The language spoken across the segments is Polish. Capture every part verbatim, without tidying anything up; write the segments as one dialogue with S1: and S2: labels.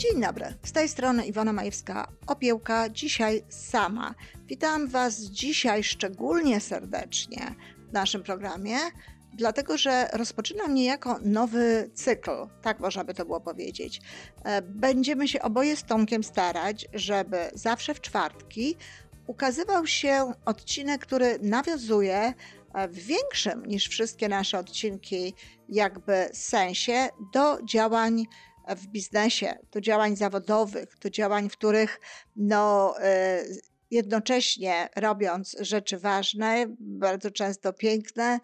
S1: Dzień dobry, z tej strony Iwona Majewska-Opiełka, dzisiaj sama. Witam Was dzisiaj szczególnie serdecznie w naszym programie, dlatego że rozpoczynam niejako nowy cykl, tak można by to było powiedzieć. Będziemy się oboje z Tomkiem starać, żeby zawsze w czwartki ukazywał się odcinek, który nawiązuje w większym niż wszystkie nasze odcinki jakby sensie do działań w biznesie, do działań zawodowych, do działań, w których no, jednocześnie robiąc rzeczy ważne, bardzo często piękne,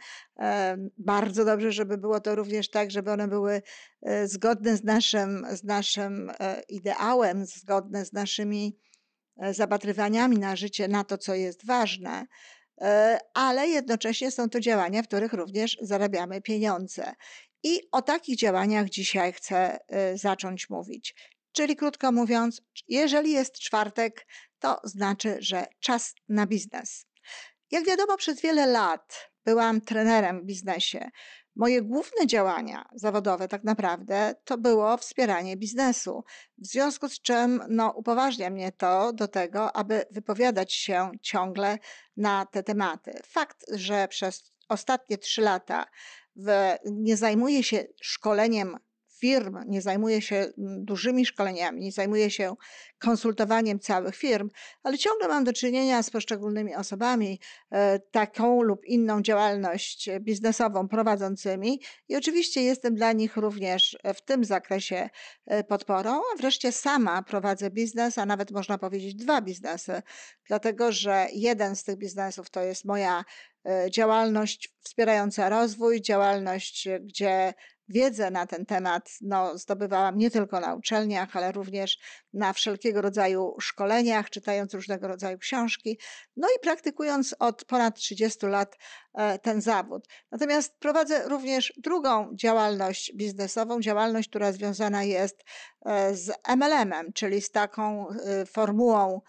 S1: bardzo dobrze, żeby było to również tak, żeby one były zgodne z naszym, z naszym ideałem, zgodne z naszymi zapatrywaniami na życie, na to, co jest ważne, ale jednocześnie są to działania, w których również zarabiamy pieniądze. I o takich działaniach dzisiaj chcę zacząć mówić. Czyli krótko mówiąc, jeżeli jest czwartek, to znaczy, że czas na biznes. Jak wiadomo, przez wiele lat byłam trenerem w biznesie. Moje główne działania zawodowe tak naprawdę to było wspieranie biznesu. W związku z czym no, upoważnia mnie to do tego, aby wypowiadać się ciągle na te tematy. Fakt, że przez ostatnie trzy lata w, nie zajmuję się szkoleniem firm, nie zajmuję się dużymi szkoleniami, nie zajmuję się konsultowaniem całych firm, ale ciągle mam do czynienia z poszczególnymi osobami e, taką lub inną działalność biznesową prowadzącymi i oczywiście jestem dla nich również w tym zakresie podporą, a wreszcie sama prowadzę biznes, a nawet można powiedzieć dwa biznesy, dlatego że jeden z tych biznesów to jest moja e, działalność wspierająca rozwój, działalność, gdzie wiedzę na ten temat no, zdobywałam nie tylko na uczelniach, ale również na wszelkiego rodzaju szkoleniach, czytając różnego rodzaju książki, no i praktykując od ponad trzydziestu lat e, ten zawód. Natomiast prowadzę również drugą działalność biznesową, działalność, która związana jest e, z M L M-em, czyli z taką e, formułą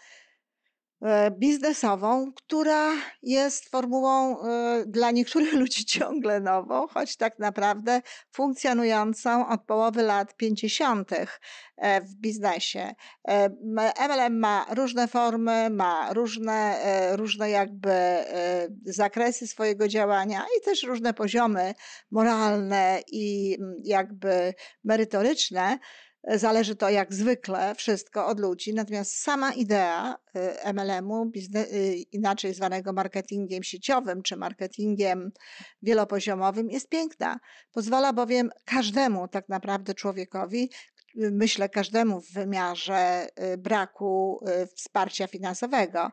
S1: biznesową, która jest formułą dla niektórych ludzi ciągle nową, choć tak naprawdę funkcjonującą od połowy lat pięćdziesiątych w biznesie. M L M ma różne formy, ma różne, różne jakby zakresy swojego działania i też różne poziomy moralne i jakby merytoryczne. Zależy to jak zwykle wszystko od ludzi, natomiast sama idea M L M-u, biznes, inaczej zwanego marketingiem sieciowym czy marketingiem wielopoziomowym jest piękna. Pozwala bowiem każdemu tak naprawdę człowiekowi, myślę każdemu w wymiarze braku wsparcia finansowego,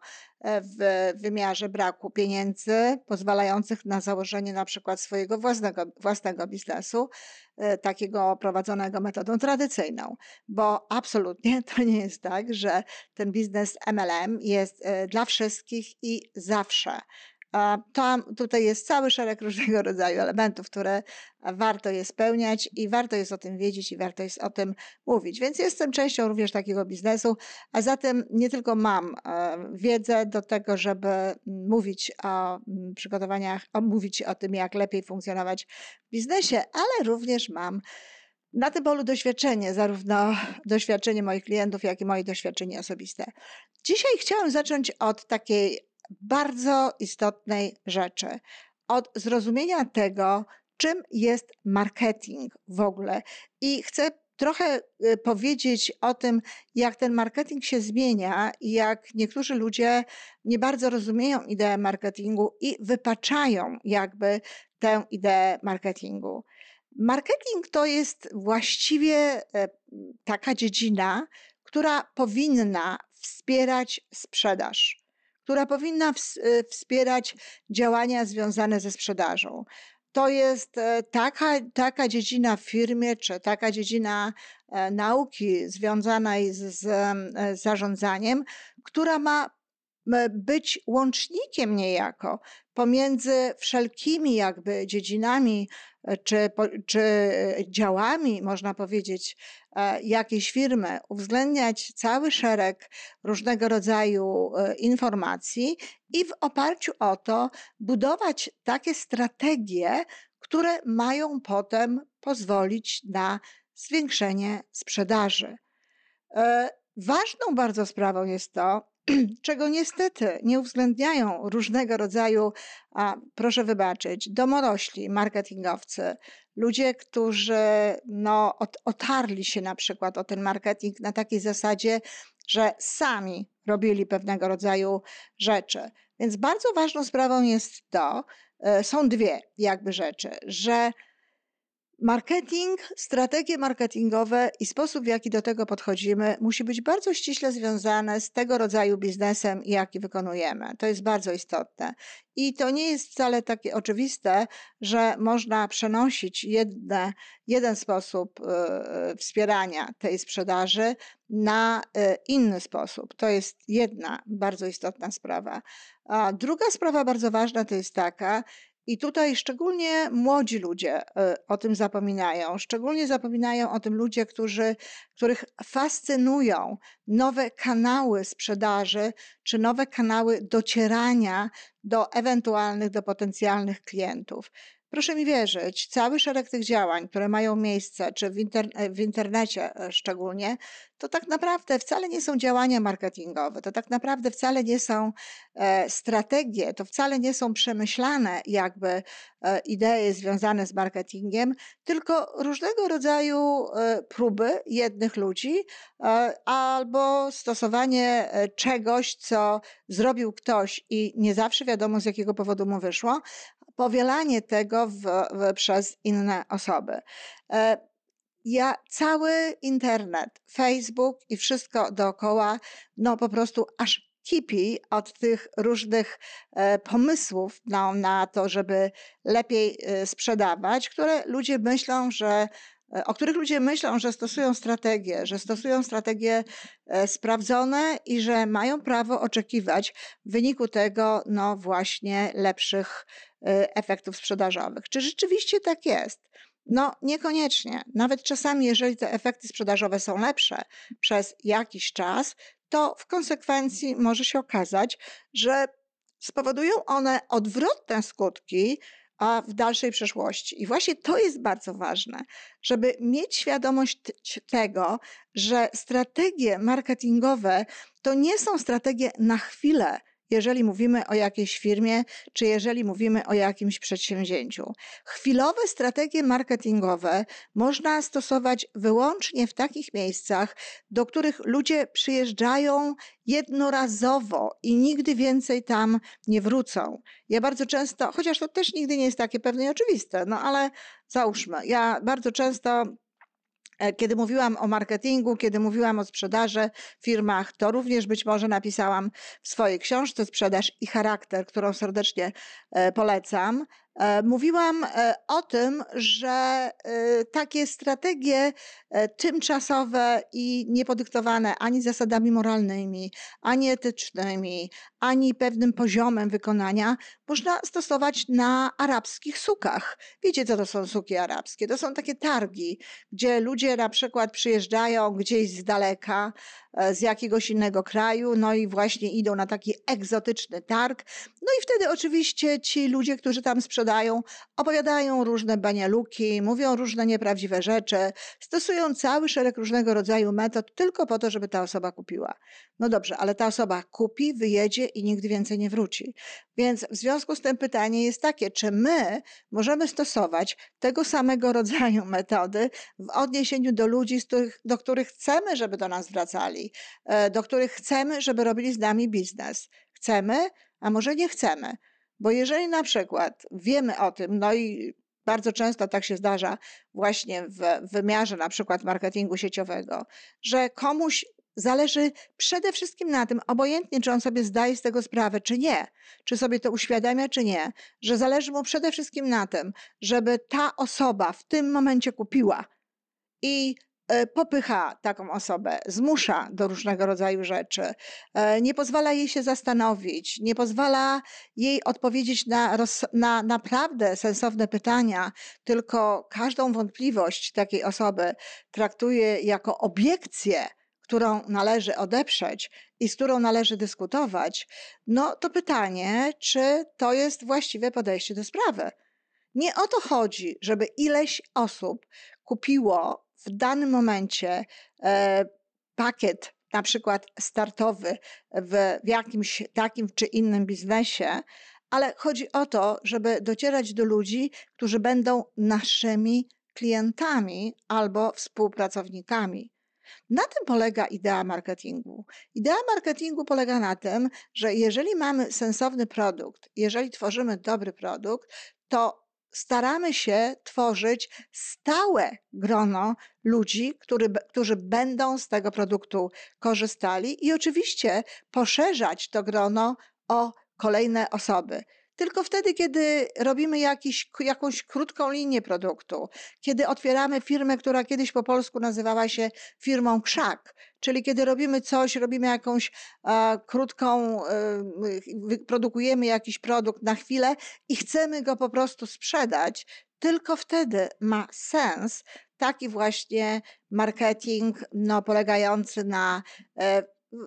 S1: w wymiarze braku pieniędzy pozwalających na założenie na przykład swojego własnego, własnego biznesu, takiego prowadzonego metodą tradycyjną, bo absolutnie to nie jest tak, że ten biznes M L M jest dla wszystkich i zawsze. Tam, tutaj jest cały szereg różnego rodzaju elementów, które warto je spełniać i warto jest o tym wiedzieć i warto jest o tym mówić. Więc jestem częścią również takiego biznesu, a zatem nie tylko mam wiedzę do tego, żeby mówić o przygotowaniach, o, mówić o tym, jak lepiej funkcjonować w biznesie, ale również mam na tym polu doświadczenie, zarówno doświadczenie moich klientów, jak i moje doświadczenie osobiste. Dzisiaj chciałam zacząć od takiej bardzo istotnej rzeczy, od zrozumienia tego, czym jest marketing w ogóle. I chcę trochę powiedzieć o tym, jak ten marketing się zmienia i jak niektórzy ludzie nie bardzo rozumieją ideę marketingu i wypaczają jakby tę ideę marketingu. Marketing to jest właściwie taka dziedzina, która powinna wspierać sprzedaż, która powinna wspierać działania związane ze sprzedażą. To jest taka, taka dziedzina w firmie, czy taka dziedzina nauki związana z, z zarządzaniem, która ma być łącznikiem niejako pomiędzy wszelkimi jakby dziedzinami czy, czy działami, można powiedzieć, jakiejś firmy, uwzględniać cały szereg różnego rodzaju informacji i w oparciu o to budować takie strategie, które mają potem pozwolić na zwiększenie sprzedaży. E, ważną bardzo sprawą jest to, czego niestety nie uwzględniają różnego rodzaju, a proszę wybaczyć, domorośli marketingowcy, ludzie, którzy no, ot, otarli się na przykład o ten marketing na takiej zasadzie, że sami robili pewnego rodzaju rzeczy. Więc bardzo ważną sprawą jest to, e, są dwie jakby rzeczy, że marketing, strategie marketingowe i sposób, w jaki do tego podchodzimy, musi być bardzo ściśle związane z tego rodzaju biznesem, jaki wykonujemy. To jest bardzo istotne. I to nie jest wcale takie oczywiste, że można przenosić jedne, jeden sposób y, wspierania tej sprzedaży na y, inny sposób. To jest jedna bardzo istotna sprawa. A druga sprawa bardzo ważna to jest taka, i tutaj szczególnie młodzi ludzie o tym zapominają. Szczególnie zapominają o tym ludzie, którzy, których fascynują nowe kanały sprzedaży czy nowe kanały docierania do ewentualnych, do potencjalnych klientów. Proszę mi wierzyć, cały szereg tych działań, które mają miejsce, czy w, inter- w internecie szczególnie, to tak naprawdę wcale nie są działania marketingowe, to tak naprawdę wcale nie są e, strategie, to wcale nie są przemyślane jakby e, idee związane z marketingiem, tylko różnego rodzaju e, próby jednych ludzi e, albo stosowanie e, czegoś, co zrobił ktoś i nie zawsze wiadomo z jakiego powodu mu wyszło, powielanie tego w, w, przez inne osoby. E, Ja, cały internet, Facebook i wszystko dookoła, no po prostu aż kipi od tych różnych e, pomysłów no, na to, żeby lepiej e, sprzedawać, które ludzie myślą, że e, o których ludzie myślą, że stosują strategie, że stosują strategie e, sprawdzone i że mają prawo oczekiwać w wyniku tego no właśnie lepszych e, efektów sprzedażowych. Czy rzeczywiście tak jest? No niekoniecznie. Nawet czasami, jeżeli te efekty sprzedażowe są lepsze przez jakiś czas, to w konsekwencji może się okazać, że spowodują one odwrotne skutki, a w dalszej przyszłości. I właśnie to jest bardzo ważne, żeby mieć świadomość tego, że strategie marketingowe to nie są strategie na chwilę, jeżeli mówimy o jakiejś firmie, czy jeżeli mówimy o jakimś przedsięwzięciu. Chwilowe strategie marketingowe można stosować wyłącznie w takich miejscach, do których ludzie przyjeżdżają jednorazowo i nigdy więcej tam nie wrócą. Ja bardzo często, chociaż to też nigdy nie jest takie pewne i oczywiste, no ale załóżmy, ja bardzo często kiedy mówiłam o marketingu, kiedy mówiłam o sprzedaży w firmach, to również być może napisałam w swojej książce Sprzedaż i charakter, którą serdecznie polecam. Mówiłam o tym, że takie strategie tymczasowe i niepodyktowane ani zasadami moralnymi, ani etycznymi, ani pewnym poziomem wykonania można stosować na arabskich sukach. Wiecie, co to są suki arabskie? To są takie targi, gdzie ludzie na przykład przyjeżdżają gdzieś z daleka, z jakiegoś innego kraju, no i właśnie idą na taki egzotyczny targ. No i wtedy oczywiście ci ludzie, którzy tam sprzedają, opowiadają różne banialuki, mówią różne nieprawdziwe rzeczy, stosują cały szereg różnego rodzaju metod tylko po to, żeby ta osoba kupiła. No dobrze, ale ta osoba kupi, wyjedzie i nigdy więcej nie wróci. Więc w związku z tym pytanie jest takie, czy my możemy stosować tego samego rodzaju metody w odniesieniu do ludzi, z których, do których chcemy, żeby do nas wracali, do których chcemy, żeby robili z nami biznes. Chcemy, a może nie chcemy. Bo jeżeli na przykład wiemy o tym, no i bardzo często tak się zdarza właśnie w wymiarze na przykład marketingu sieciowego, że komuś zależy przede wszystkim na tym, obojętnie czy on sobie zdaje z tego sprawę, czy nie, czy sobie to uświadamia, czy nie, że zależy mu przede wszystkim na tym, żeby ta osoba w tym momencie kupiła i popycha taką osobę, zmusza do różnego rodzaju rzeczy, nie pozwala jej się zastanowić, nie pozwala jej odpowiedzieć na, roz, na naprawdę sensowne pytania, tylko każdą wątpliwość takiej osoby traktuje jako obiekcję, którą należy odeprzeć i z którą należy dyskutować, no to pytanie, czy to jest właściwe podejście do sprawy. Nie o to chodzi, żeby ileś osób kupiło w danym momencie e, pakiet na przykład startowy w, w jakimś takim czy innym biznesie, ale chodzi o to, żeby docierać do ludzi, którzy będą naszymi klientami albo współpracownikami. Na tym polega idea marketingu. Idea marketingu polega na tym, że jeżeli mamy sensowny produkt, jeżeli tworzymy dobry produkt, to staramy się tworzyć stałe grono ludzi, który, którzy będą z tego produktu korzystali i oczywiście poszerzać to grono o kolejne osoby. Tylko wtedy, kiedy robimy jakiś, jakąś krótką linię produktu, kiedy otwieramy firmę, która kiedyś po polsku nazywała się firmą krzak, czyli kiedy robimy coś, robimy jakąś e, krótką, e, produkujemy jakiś produkt na chwilę i chcemy go po prostu sprzedać, tylko wtedy ma sens taki właśnie marketing no, polegający na e,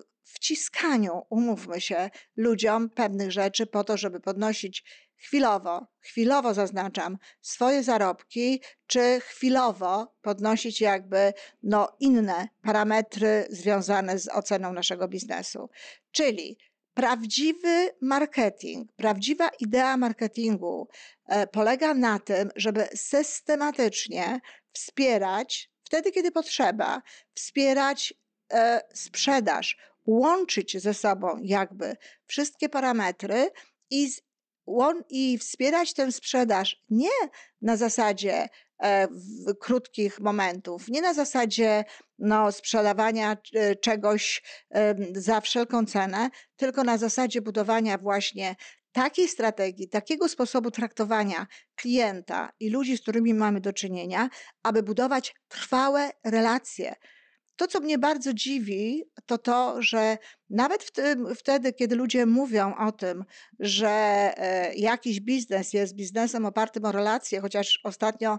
S1: wciskaniu, umówmy się, ludziom pewnych rzeczy po to, żeby podnosić chwilowo, chwilowo zaznaczam, swoje zarobki, czy chwilowo podnosić jakby no, inne parametry związane z oceną naszego biznesu. Czyli prawdziwy marketing, prawdziwa idea marketingu e, polega na tym, żeby systematycznie wspierać, wtedy kiedy potrzeba, wspierać e, sprzedaż, łączyć ze sobą jakby wszystkie parametry i, z, łą, i wspierać tę sprzedaż nie na zasadzie e, w, krótkich momentów, nie na zasadzie no, sprzedawania e, czegoś e, za wszelką cenę, tylko na zasadzie budowania właśnie takiej strategii, takiego sposobu traktowania klienta i ludzi, z którymi mamy do czynienia, aby budować trwałe relacje. To, co mnie bardzo dziwi, to to, że nawet w tym, wtedy, kiedy ludzie mówią o tym, że e, jakiś biznes jest biznesem opartym o relacje, chociaż ostatnio,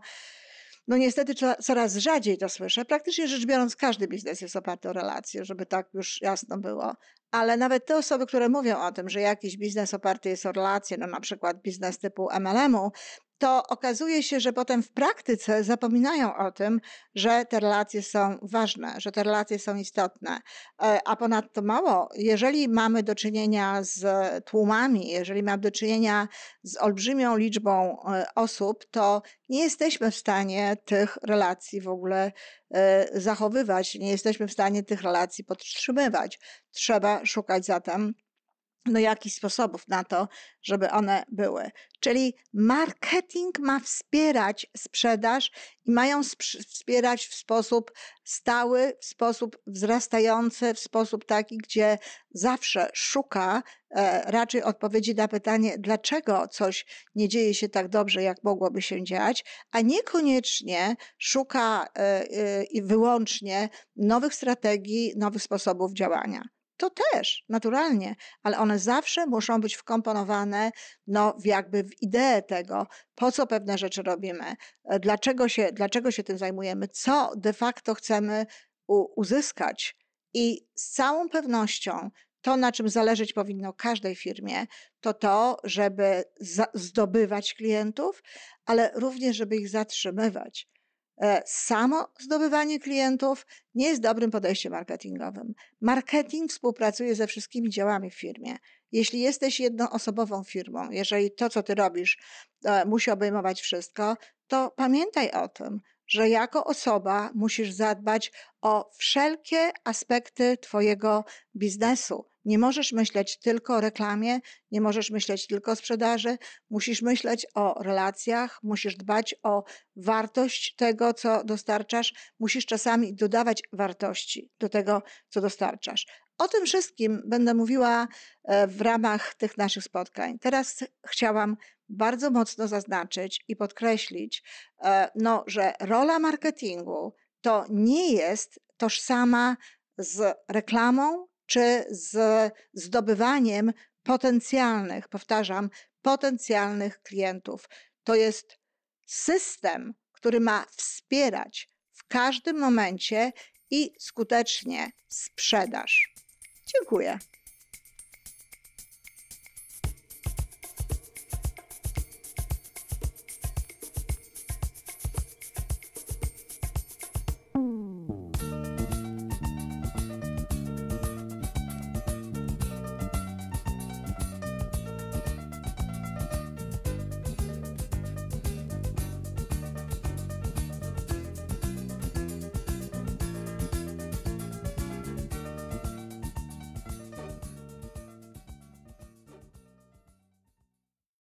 S1: no niestety coraz rzadziej to słyszę, praktycznie rzecz biorąc każdy biznes jest oparty o relacje, żeby tak już jasno było. Ale nawet te osoby, które mówią o tym, że jakiś biznes oparty jest o relacje, no na przykład biznes typu M L M-u, to okazuje się, że potem w praktyce zapominają o tym, że te relacje są ważne, że te relacje są istotne. A ponadto mało, jeżeli mamy do czynienia z tłumami, jeżeli mamy do czynienia z olbrzymią liczbą osób, to nie jesteśmy w stanie tych relacji w ogóle zachowywać, nie jesteśmy w stanie tych relacji podtrzymywać. Trzeba szukać zatem no jakichś sposobów na to, żeby one były. Czyli marketing ma wspierać sprzedaż i mają sp- wspierać w sposób stały, w sposób wzrastający, w sposób taki, gdzie zawsze szuka e, raczej odpowiedzi na pytanie, dlaczego coś nie dzieje się tak dobrze, jak mogłoby się dziać, a niekoniecznie szuka e, e, i wyłącznie nowych strategii, nowych sposobów działania. To też, naturalnie, ale one zawsze muszą być wkomponowane no, w jakby w ideę tego, po co pewne rzeczy robimy, dlaczego się, dlaczego się tym zajmujemy, co de facto chcemy u, uzyskać. I z całą pewnością to, na czym zależeć powinno każdej firmie, to to, żeby za, zdobywać klientów, ale również, żeby ich zatrzymywać. Samo zdobywanie klientów nie jest dobrym podejściem marketingowym. Marketing współpracuje ze wszystkimi działami w firmie. Jeśli jesteś jednoosobową firmą, jeżeli to, co ty robisz, musi obejmować wszystko, to pamiętaj o tym, że jako osoba musisz zadbać o wszelkie aspekty twojego biznesu. Nie możesz myśleć tylko o reklamie, nie możesz myśleć tylko o sprzedaży, musisz myśleć o relacjach, musisz dbać o wartość tego, co dostarczasz, musisz czasami dodawać wartości do tego, co dostarczasz. O tym wszystkim będę mówiła w ramach tych naszych spotkań. Teraz chciałam bardzo mocno zaznaczyć i podkreślić, no, że rola marketingu to nie jest tożsama z reklamą czy z zdobywaniem potencjalnych, powtarzam, potencjalnych klientów. To jest system, który ma wspierać w każdym momencie i skutecznie sprzedaż. Dziękuję.